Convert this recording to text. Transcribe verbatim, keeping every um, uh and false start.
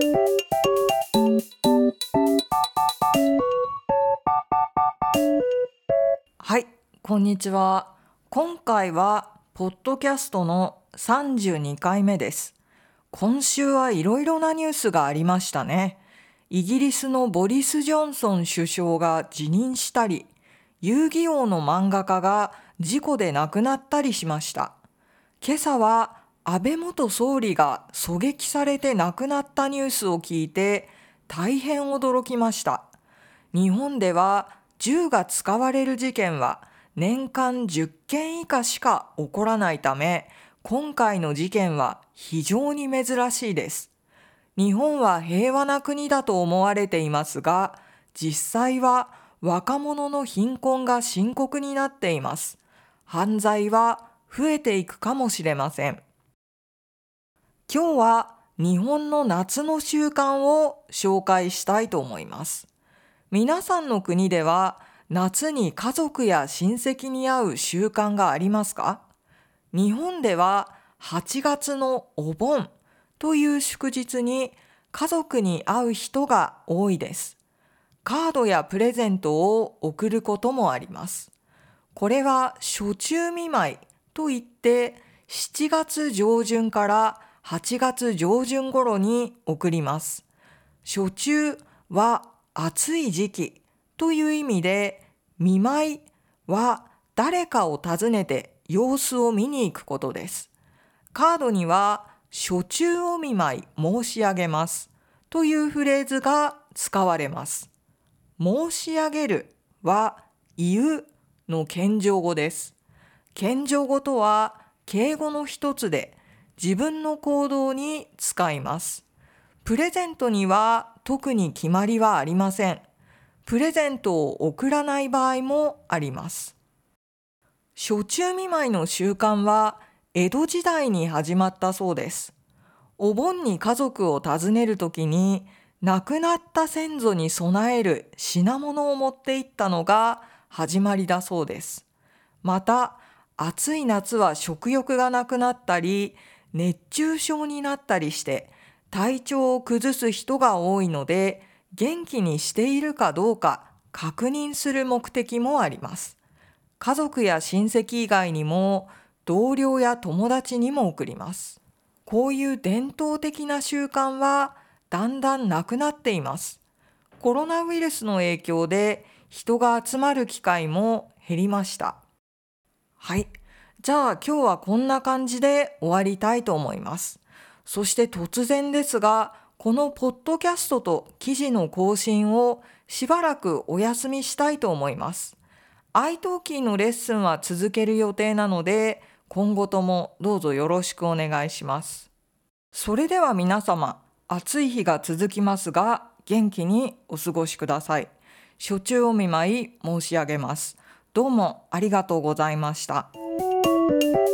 はい、こんにちは。今回はポッドキャストのさんじゅうにかいめです。今週はいろいろなニュースがありましたね。イギリスのボリス・ジョンソン首相が辞任したり、遊戯王の漫画家が事故で亡くなったりしました。今朝は安倍元総理が狙撃されて亡くなったニュースを聞いて大変驚きました。日本では銃が使われる事件は年間じゅっけん以下しか起こらないため、今回の事件は非常に珍しいです。日本は平和な国だと思われていますが、実際は若者の貧困が深刻になっています。犯罪は増えていくかもしれません。今日は日本の夏の習慣を紹介したいと思います。皆さんの国では夏に家族や親戚に会う習慣がありますか？日本でははちがつのお盆という祝日に家族に会う人が多いです。カードやプレゼントを送ることもあります。これは暑中見舞いといってしちがつ上旬からはちがつ上旬頃に送ります。暑中は暑い時期という意味で、見舞いは誰かを訪ねて様子を見に行くことです。カードには暑中お見舞い申し上げますというフレーズが使われます。申し上げるは言うの謙譲語です。謙譲語とは敬語の一つで自分の行動に使います。プレゼントには特に決まりはありません。プレゼントを送らない場合もあります。暑中見舞いの習慣は江戸時代に始まったそうです。お盆に家族を訪ねるときに亡くなった先祖に備える品物を持って行ったのが始まりだそうです。また、暑い夏は食欲がなくなったり、熱中症になったりして体調を崩す人が多いので、元気にしているかどうか確認する目的もあります。家族や親戚以外にも同僚や友達にも送ります。こういう伝統的な習慣はだんだんなくなっています。コロナウイルスの影響で人が集まる機会も減りました。はい。じゃあ今日はこんな感じで終わりたいと思います。そして突然ですが、このポッドキャストと記事の更新をしばらくお休みしたいと思います。iTalki のレッスンは続ける予定なので、今後ともどうぞよろしくお願いします。それでは皆様、暑い日が続きますが、元気にお過ごしください。暑中お見舞い申し上げます。どうもありがとうございました。